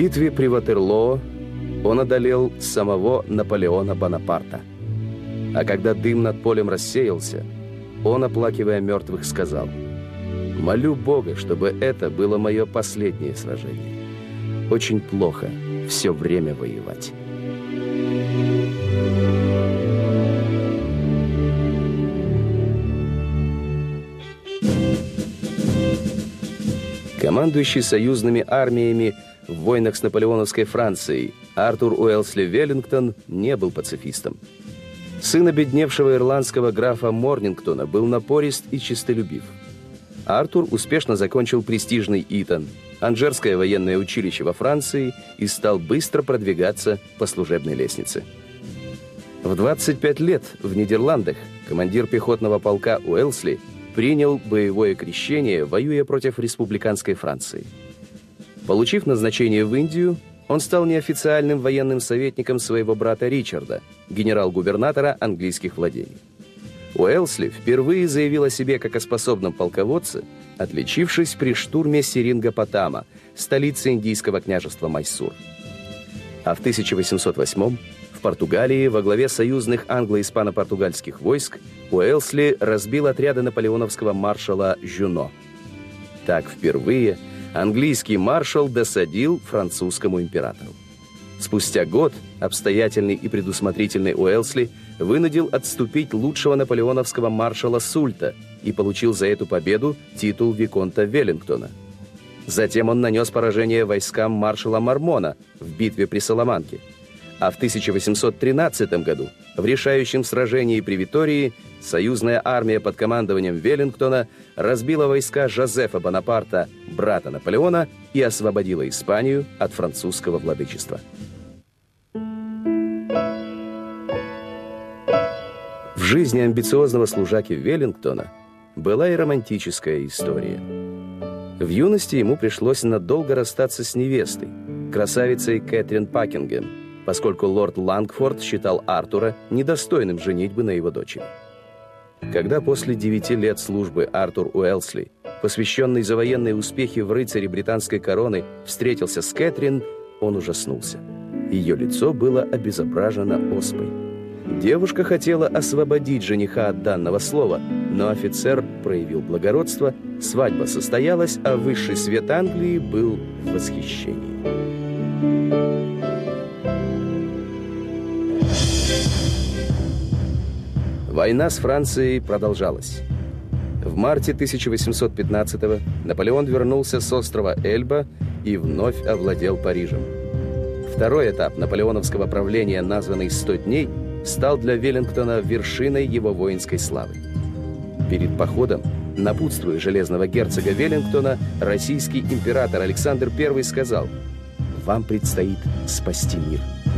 битве при Ватерлоо он одолел самого Наполеона Бонапарта. А когда дым над полем рассеялся, он, оплакивая мертвых, сказал: «Молю Бога, чтобы это было мое последнее сражение. Очень плохо все время воевать». Командующий союзными армиями в войнах с наполеоновской Францией Артур Уэлсли Веллингтон не был пацифистом. Сын обедневшего ирландского графа Морнингтона был напорист и честолюбив. Артур успешно закончил престижный Итон, Анжерское военное училище во Франции, и стал быстро продвигаться по служебной лестнице. В 25 лет в Нидерландах командир пехотного полка Уэлсли принял боевое крещение, воюя против республиканской Франции. Получив назначение в Индию, он стал неофициальным военным советником своего брата Ричарда, генерал-губернатора английских владений. Уэлсли впервые заявил о себе как о способном полководце, отличившись при штурме Серингопотама, столицы индийского княжества Майсур. А в 1808 в Португалии во главе союзных англо-испано-португальских войск Уэлсли разбил отряды наполеоновского маршала Жюно. Так впервые английский маршал досадил французскому императору. Спустя год обстоятельный и предусмотрительный Уэлсли вынудил отступить лучшего наполеоновского маршала Сульта и получил за эту победу титул виконта Веллингтона. Затем он нанес поражение войскам маршала Мармона в битве при Саламанке. А в 1813 году в решающем сражении при Витории союзная армия под командованием Веллингтона разбила войска Жозефа Бонапарта, брата Наполеона, и освободила Испанию от французского владычества. В жизни амбициозного служаки Веллингтона была и романтическая история. В юности ему пришлось надолго расстаться с невестой, красавицей Кэтрин Пакингем, поскольку лорд Лангфорд считал Артура недостойным женитьбы на его дочери. Когда после 9 лет службы Артур Уэлсли, посвященный за военные успехи в рыцаре британской короны, встретился с Кэтрин, он ужаснулся. Ее лицо было обезображено оспой. Девушка хотела освободить жениха от данного слова, но офицер проявил благородство, свадьба состоялась, а высший свет Англии был в восхищении. Война с Францией продолжалась. В марте 1815-го Наполеон вернулся с острова Эльба и вновь овладел Парижем. Второй этап наполеоновского правления, названный «100 дней», стал для Веллингтона вершиной его воинской славы. Перед походом, напутствуя железного герцога Веллингтона, российский император Александр I сказал: «Вам предстоит спасти мир».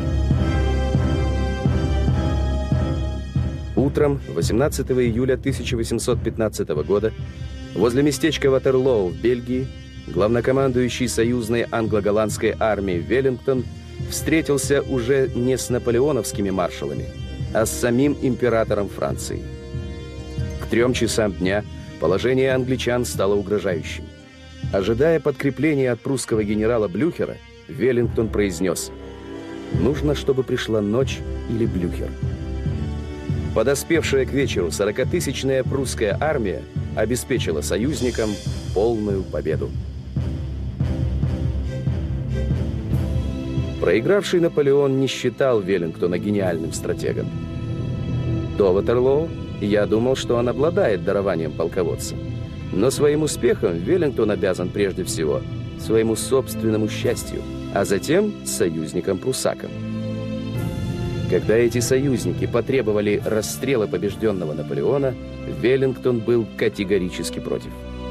Утром 18 июля 1815 года возле местечка Ватерлоо в Бельгии главнокомандующий союзной англо-голландской армией Веллингтон встретился уже не с наполеоновскими маршалами, а с самим императором Франции. К 3 часам дня положение англичан стало угрожающим. Ожидая подкрепления от прусского генерала Блюхера, Веллингтон произнес: «Нужно, чтобы пришла ночь или Блюхер». Подоспевшая к вечеру 40-тысячная прусская армия обеспечила союзникам полную победу. Проигравший Наполеон не считал Веллингтона гениальным стратегом. До Ватерлоо я думал, что он обладает дарованием полководца. Но своим успехом Веллингтон обязан прежде всего своему собственному счастью, а затем союзникам-прусакам. Когда эти союзники потребовали расстрела побежденного Наполеона, Веллингтон был категорически против.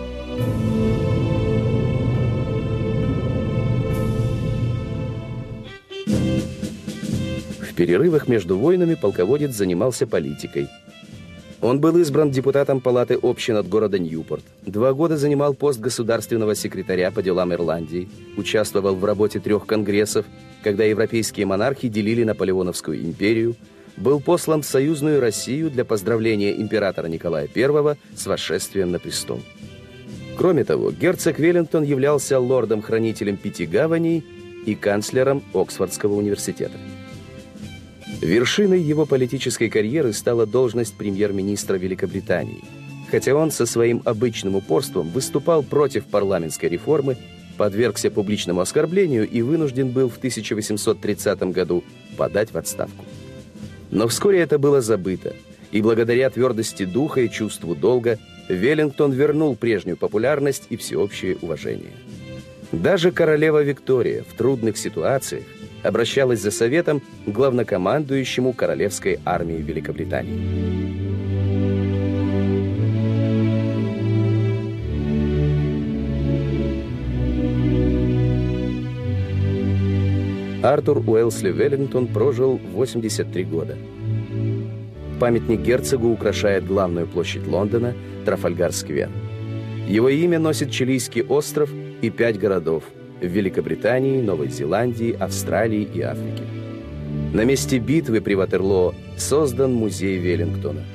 В перерывах между войнами полководец занимался политикой. Он был избран депутатом Палаты общин от города Ньюпорт, 2 года занимал пост государственного секретаря по делам Ирландии, участвовал в работе 3 конгрессов, когда европейские монархи делили Наполеоновскую империю, был послан в союзную Россию для поздравления императора Николая I с восшествием на престол. Кроме того, герцог Веллингтон являлся лордом-хранителем 5 гаваней и канцлером Оксфордского университета. Вершиной его политической карьеры стала должность премьер-министра Великобритании, хотя он со своим обычным упорством выступал против парламентской реформы, подвергся публичному оскорблению и вынужден был в 1830 году подать в отставку. Но вскоре это было забыто, и благодаря твердости духа и чувству долга Веллингтон вернул прежнюю популярность и всеобщее уважение. Даже королева Виктория в трудных ситуациях обращалась за советом к главнокомандующему королевской армии Великобритании. Артур Уэлсли Веллингтон прожил 83 года. Памятник герцогу украшает главную площадь Лондона, Трафальгар-сквер. Его имя носит Чилийский остров и 5 городов в Великобритании, Новой Зеландии, Австралии и Африке. На месте битвы при Ватерлоо создан музей Веллингтона.